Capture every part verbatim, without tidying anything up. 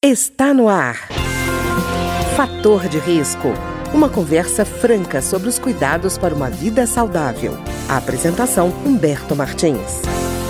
Está no ar. Fator de risco. Uma conversa franca sobre os cuidados para uma vida saudável. A apresentação, Humberto Martins.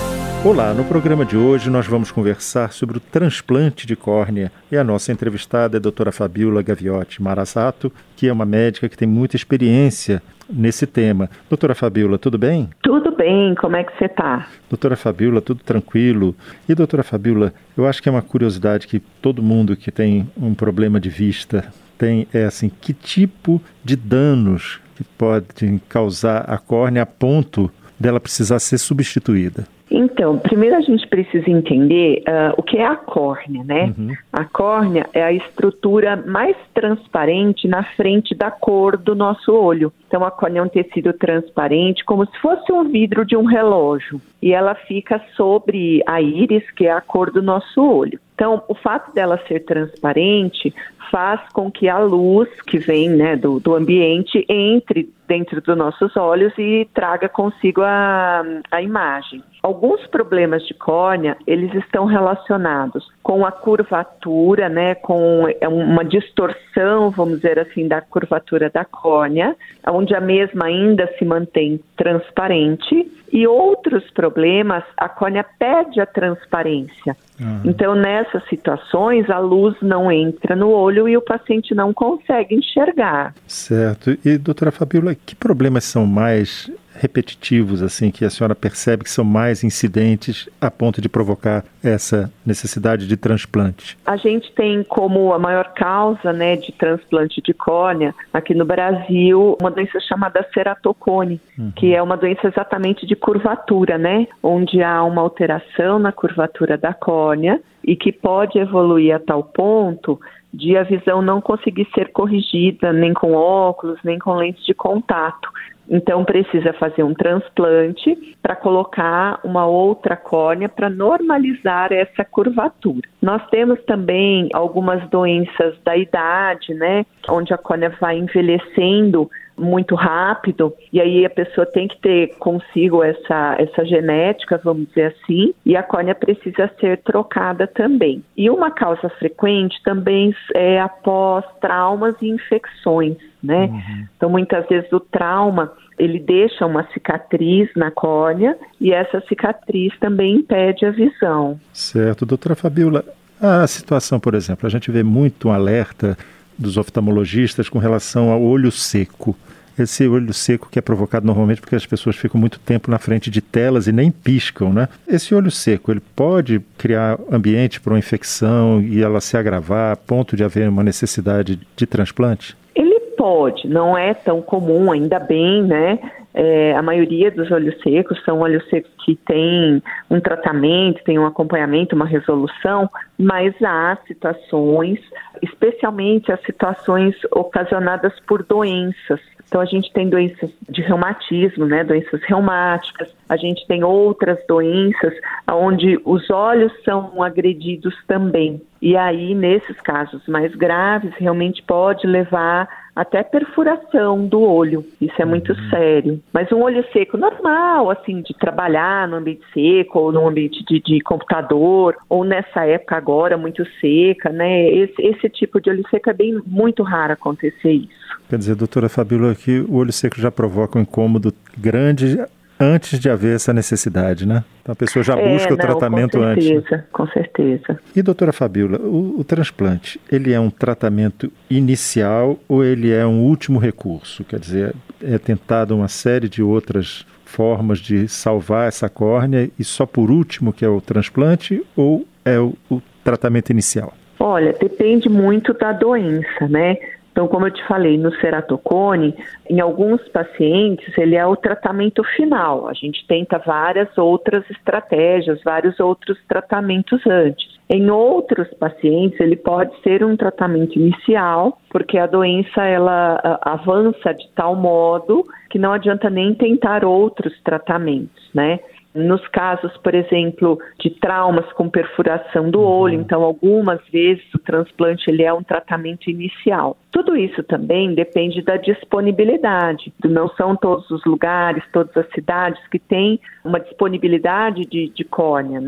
Olá, no programa de hoje nós vamos conversar sobre o transplante de córnea e a nossa entrevistada é a doutora Fabiola Gaviotti Marasato, que é uma médica que tem muita experiência nesse tema. Doutora Fabiola, tudo bem? Tudo bem, como é que você está? Doutora Fabiola, tudo tranquilo. E doutora Fabiola, eu acho que é uma curiosidade que todo mundo que tem um problema de vista tem, é assim, que tipo de danos que podem causar a córnea a ponto dela precisar ser substituída? Então, primeiro a gente precisa entender uh, o que é a córnea, né? Uhum. A córnea é a estrutura mais transparente na frente da cor do nosso olho. Então, a córnea é um tecido transparente, como se fosse um vidro de um relógio. E ela fica sobre a íris, que é a cor do nosso olho. Então, o fato dela ser transparente faz com que a luz que vem, né, do, do ambiente entre dentro dos nossos olhos e traga consigo a, a imagem. Alguns problemas de córnea, eles estão relacionados com a curvatura, né, com uma distorção, vamos dizer assim, da curvatura da córnea, onde a mesma ainda se mantém transparente, e outros problemas, a córnea perde a transparência. Uhum. Então, nessas situações, a luz não entra no olho e o paciente não consegue enxergar. Certo. E, doutora Fabiola, que problemas são mais repetitivos, assim, que a senhora percebe que são mais incidentes a ponto de provocar essa necessidade de transplante? A gente tem como a maior causa, né, de transplante de córnea aqui no Brasil uma doença chamada ceratocone, uhum. que é uma doença exatamente de curvatura, né, onde há uma alteração na curvatura da córnea e que pode evoluir a tal ponto de a visão não conseguir ser corrigida nem com óculos, nem com lentes de contato. Então, precisa fazer um transplante para colocar uma outra córnea para normalizar essa curvatura. Nós temos também algumas doenças da idade, né, onde a córnea vai envelhecendo muito rápido, e aí a pessoa tem que ter consigo essa, essa genética, vamos dizer assim, e a córnea precisa ser trocada também. E uma causa frequente também é após traumas e infecções, né? Uhum. Então, muitas vezes o trauma, ele deixa uma cicatriz na córnea e essa cicatriz também impede a visão. Certo. Doutora Fabiola, a situação, por exemplo, a gente vê muito um alerta dos oftalmologistas com relação ao olho seco. Esse olho seco que é provocado normalmente porque as pessoas ficam muito tempo na frente de telas e nem piscam, né? Esse olho seco, ele pode criar ambiente para uma infecção e ela se agravar a ponto de haver uma necessidade de transplante? Ele pode, não é tão comum, ainda bem, né? É, a maioria dos olhos secos são olhos secos que têm um tratamento, tem um acompanhamento, uma resolução, mas há situações, especialmente as situações ocasionadas por doenças. Então, a gente tem doenças de reumatismo, né, doenças reumáticas, a gente tem outras doenças onde os olhos são agredidos também. E aí, nesses casos mais graves, realmente pode levar até perfuração do olho. Isso é muito uhum. sério. Mas um olho seco normal, assim, de trabalhar no ambiente seco ou no ambiente de, de computador, ou nessa época agora muito seca, né? Esse, esse tipo de olho seco é bem muito raro acontecer isso. Quer dizer, doutora Fabiola, que o olho seco já provoca um incômodo grande antes de haver essa necessidade, né? Então a pessoa já é, busca o não, tratamento com certeza, antes. Né? Com certeza. E doutora Fabiola, o, o transplante, ele é um tratamento inicial ou ele é um último recurso? Quer dizer, é tentado uma série de outras formas de salvar essa córnea e só por último que é o transplante ou é o, o tratamento inicial? Olha, depende muito da doença, né? Então, como eu te falei, no ceratocone, em alguns pacientes, ele é o tratamento final. A gente tenta várias outras estratégias, vários outros tratamentos antes. Em outros pacientes, ele pode ser um tratamento inicial, porque a doença ela a, avança de tal modo que não adianta nem tentar outros tratamentos, né? Nos casos, por exemplo, de traumas com perfuração do olho, então algumas vezes o transplante ele é um tratamento inicial. Tudo isso também depende da disponibilidade. Não são todos os lugares, todas as cidades que têm uma disponibilidade de, de córnea, né?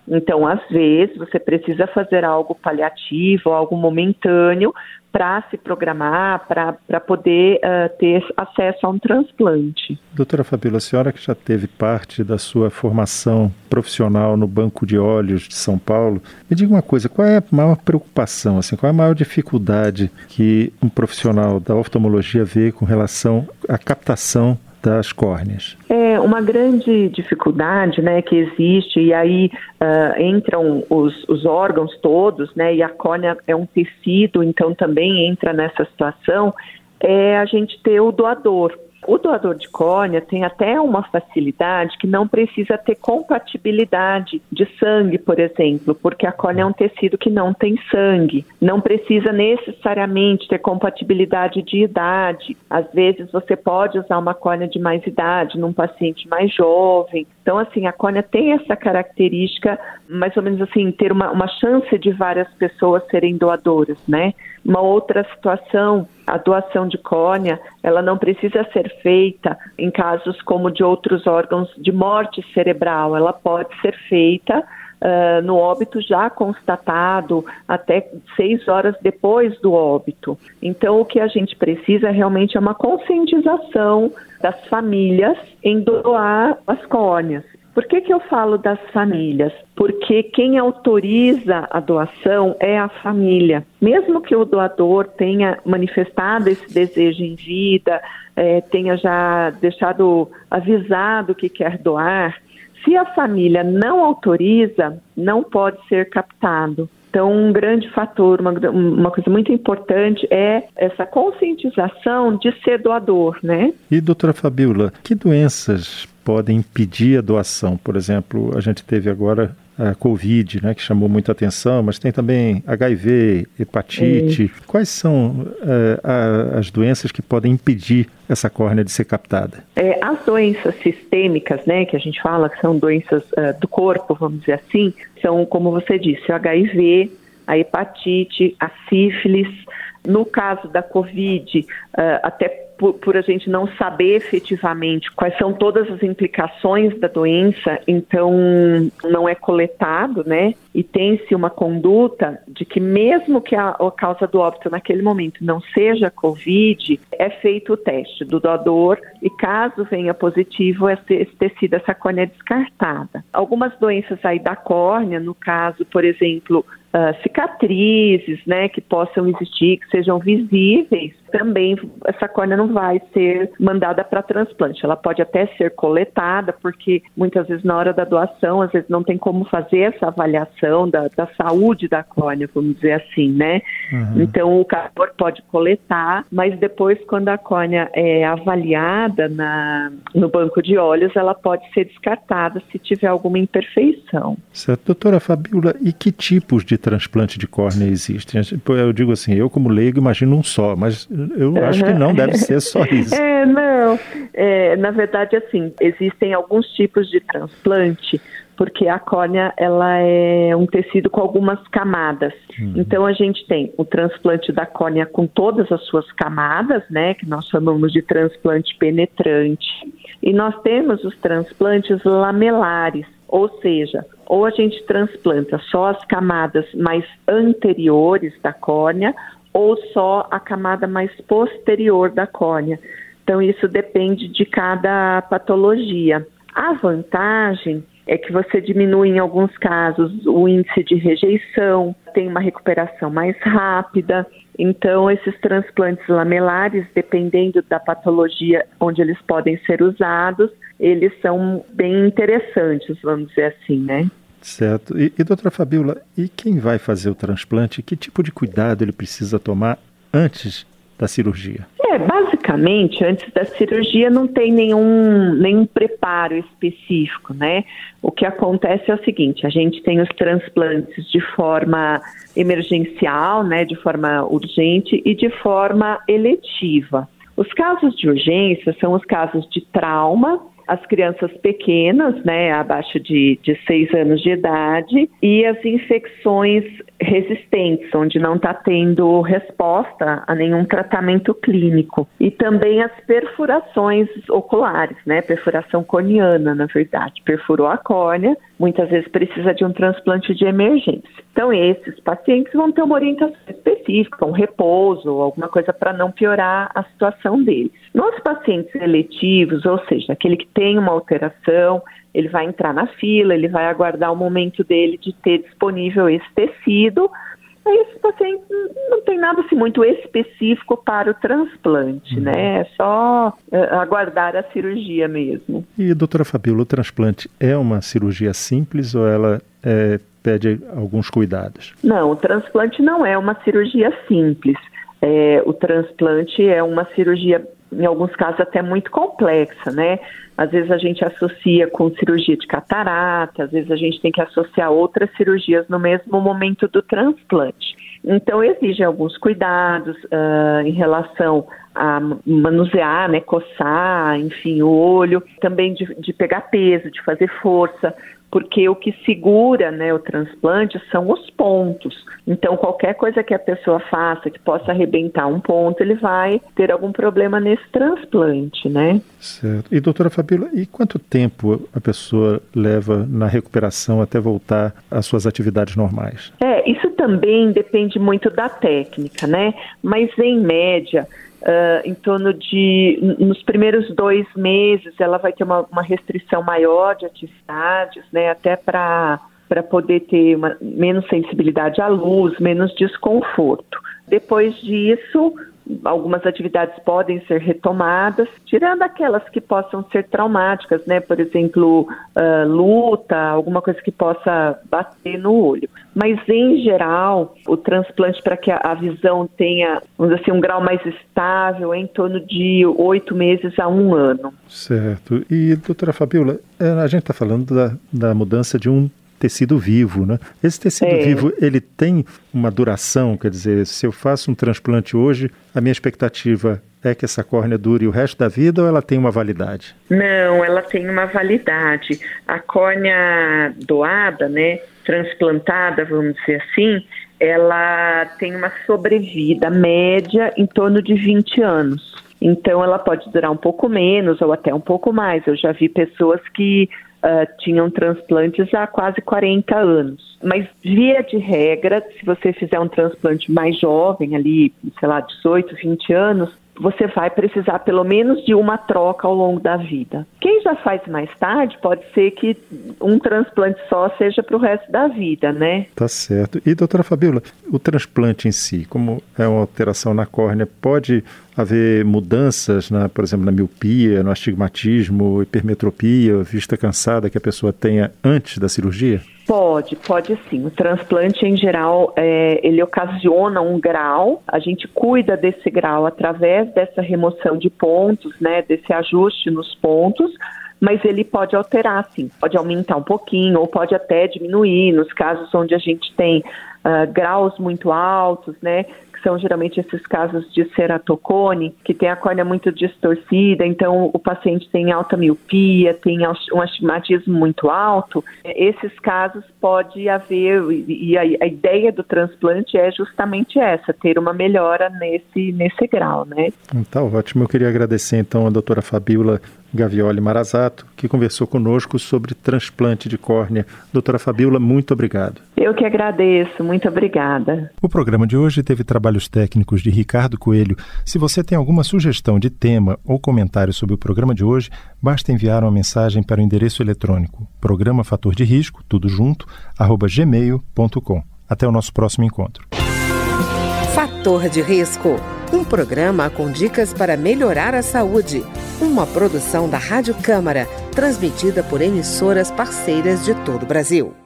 Então, às vezes, você precisa fazer algo paliativo, algo momentâneo, para se programar, para poder uh, ter acesso a um transplante. Doutora Fabíola, a senhora que já teve parte da sua formação profissional no Banco de Olhos de São Paulo, me diga uma coisa, qual é a maior preocupação, assim, qual é a maior dificuldade que um profissional da oftalmologia vê com relação à captação das córneas? É uma grande dificuldade, né, que existe, e aí uh, entram os, os órgãos todos, né, e a córnea é um tecido, então também entra nessa situação, é a gente ter o doador. O doador de córnea tem até uma facilidade que não precisa ter compatibilidade de sangue, por exemplo, porque a córnea é um tecido que não tem sangue. Não precisa necessariamente ter compatibilidade de idade. Às vezes você pode usar uma córnea de mais idade num paciente mais jovem. Então, assim, a córnea tem essa característica, mais ou menos assim, ter uma, uma chance de várias pessoas serem doadoras, né? Uma outra situação, a doação de córnea, ela não precisa ser feita em casos como de outros órgãos de morte cerebral. Ela pode ser feita uh, no óbito já constatado, até seis horas depois do óbito. Então, o que a gente precisa realmente é uma conscientização das famílias em doar as córneas. Por que que eu falo das famílias? Porque quem autoriza a doação é a família. Mesmo que o doador tenha manifestado esse desejo em vida, eh, tenha já deixado avisado que quer doar, se a família não autoriza, não pode ser captado. Então, um grande fator, uma, uma coisa muito importante é essa conscientização de ser doador, né? E, doutora Fabíola, que doenças podem impedir a doação? Por exemplo, a gente teve agora a Covid, né, que chamou muita atenção, mas tem também H I V, hepatite. É. Quais são é, a, as doenças que podem impedir essa córnea de ser captada? É, as doenças sistêmicas, né, que a gente fala que são doenças uh, do corpo, vamos dizer assim, são, como você disse, o H I V, a hepatite, a sífilis. No caso da Covid, uh, até por, por a gente não saber efetivamente quais são todas as implicações da doença, então não é coletado, né? E tem-se uma conduta de que mesmo que a, a causa do óbito naquele momento não seja Covid, é feito o teste do doador e caso venha positivo, esse, esse tecido, essa córnea é descartada. Algumas doenças aí da córnea, no caso, por exemplo, Uh, cicatrizes, né, que possam existir, que sejam visíveis, também essa córnea não vai ser mandada para transplante. Ela pode até ser coletada, porque muitas vezes na hora da doação, às vezes não tem como fazer essa avaliação da, da saúde da córnea, vamos dizer assim, né? Uhum. Então o doador pode coletar, mas depois quando a córnea é avaliada na, no banco de olhos, ela pode ser descartada se tiver alguma imperfeição. Certo. Doutora Fabíola, e que tipos de transplante de córnea existem? Eu digo assim, eu como leigo imagino um só, mas eu uhum. acho que não deve ser só isso. É, não. É, na verdade, assim, existem alguns tipos de transplante, porque a córnea, ela é um tecido com algumas camadas. Uhum. Então, a gente tem o transplante da córnea com todas as suas camadas, né, que nós chamamos de transplante penetrante. E nós temos os transplantes lamelares, ou seja, ou a gente transplanta só as camadas mais anteriores da córnea, ou só a camada mais posterior da córnea. Então, isso depende de cada patologia. A vantagem é que você diminui, em alguns casos, o índice de rejeição, tem uma recuperação mais rápida. Então, esses transplantes lamelares, dependendo da patologia onde eles podem ser usados, eles são bem interessantes, vamos dizer assim, né? Certo. E, e doutora Fabíola, e quem vai fazer o transplante, que tipo de cuidado ele precisa tomar antes da cirurgia? É, basicamente, antes da cirurgia não tem nenhum, nenhum preparo específico, né? O que acontece é o seguinte, a gente tem os transplantes de forma emergencial, né, de forma urgente e de forma eletiva. Os casos de urgência são os casos de trauma as crianças pequenas, né, abaixo de, de seis anos de idade, e as infecções resistentes, onde não está tendo resposta a nenhum tratamento clínico. E também as perfurações oculares, né, perfuração corneana, na verdade. Perfurou a córnea, muitas vezes precisa de um transplante de emergência. Então, esses pacientes vão ter uma orientação específica, um repouso, alguma coisa para não piorar a situação deles. Nos pacientes eletivos, ou seja, aquele que tem uma alteração, ele vai entrar na fila, ele vai aguardar o momento dele de ter disponível esse tecido. Aí esses pacientes não tem nada assim, muito específico para o transplante, uhum. né? É só uh, aguardar a cirurgia mesmo. E, doutora Fabíola, o transplante é uma cirurgia simples ou ela é, pede alguns cuidados? Não, o transplante não é uma cirurgia simples. É, o transplante é uma cirurgia, em alguns casos, até muito complexa, né? Às vezes a gente associa com cirurgia de catarata, às vezes a gente tem que associar outras cirurgias no mesmo momento do transplante. Então, exigem alguns cuidados uh, em relação a manusear, né, coçar, enfim, o olho, também de, de pegar peso, de fazer força, porque o que segura, né, o transplante são os pontos. Então, qualquer coisa que a pessoa faça que possa arrebentar um ponto, ele vai ter algum problema nesse transplante, né? Certo. E, doutora Fabíola, e quanto tempo a pessoa leva na recuperação até voltar às suas atividades normais? É, isso também depende muito da técnica, né? Mas, em média, Uh, em torno de, nos primeiros dois meses, ela vai ter uma, uma restrição maior de atividades, né, até para para poder ter uma, menos sensibilidade à luz, menos desconforto. Depois disso, algumas atividades podem ser retomadas, tirando aquelas que possam ser traumáticas, né? Por exemplo, uh, luta, alguma coisa que possa bater no olho. Mas, em geral, o transplante para que a, a visão tenha, vamos dizer assim, um grau mais estável é em torno de oito meses a um ano. Certo. E, doutora Fabíola, a gente está falando da, da mudança de um tecido vivo, né? Esse tecido é. vivo, ele tem uma duração, quer dizer, se eu faço um transplante hoje, a minha expectativa é que essa córnea dure o resto da vida ou ela tem uma validade? Não, ela tem uma validade. A córnea doada, né, transplantada, vamos dizer assim, ela tem uma sobrevida média em torno de vinte anos. Então, ela pode durar um pouco menos ou até um pouco mais. Eu já vi pessoas que Uh, tinham transplantes há quase quarenta anos. Mas, via de regra, se você fizer um transplante mais jovem, ali, sei lá, dezoito, vinte anos, você vai precisar pelo menos de uma troca ao longo da vida. Quem já faz mais tarde, pode ser que um transplante só seja para o resto da vida, né? Tá certo. E, doutora Fabíola, o transplante em si, como é uma alteração na córnea, pode haver mudanças, na, por exemplo, na miopia, no astigmatismo, hipermetropia, vista cansada que a pessoa tenha antes da cirurgia? Pode, pode sim. O transplante, em geral, é, ele ocasiona um grau. A gente cuida desse grau através dessa remoção de pontos, né, desse ajuste nos pontos, mas ele pode alterar, sim. Pode aumentar um pouquinho ou pode até diminuir nos casos onde a gente tem uh, graus muito altos, né, são geralmente esses casos de ceratocone, que tem a córnea muito distorcida, então o paciente tem alta miopia, tem um astigmatismo muito alto. Esses casos pode haver, e a, a ideia do transplante é justamente essa, ter uma melhora nesse, nesse grau, né? Tá ótimo. Eu queria agradecer então a doutora Fabíola Gavioli Marazato, que conversou conosco sobre transplante de córnea. Doutora Fabíola, muito obrigado. Eu que agradeço, muito obrigada. O programa de hoje teve trabalhos técnicos de Ricardo Coelho. Se você tem alguma sugestão de tema ou comentário sobre o programa de hoje, basta enviar uma mensagem para o endereço eletrônico programa fator de risco, tudo junto, arroba gmail ponto com. Até o nosso próximo encontro. Fator de Risco, um programa com dicas para melhorar a saúde. Uma produção da Rádio Câmara, transmitida por emissoras parceiras de todo o Brasil.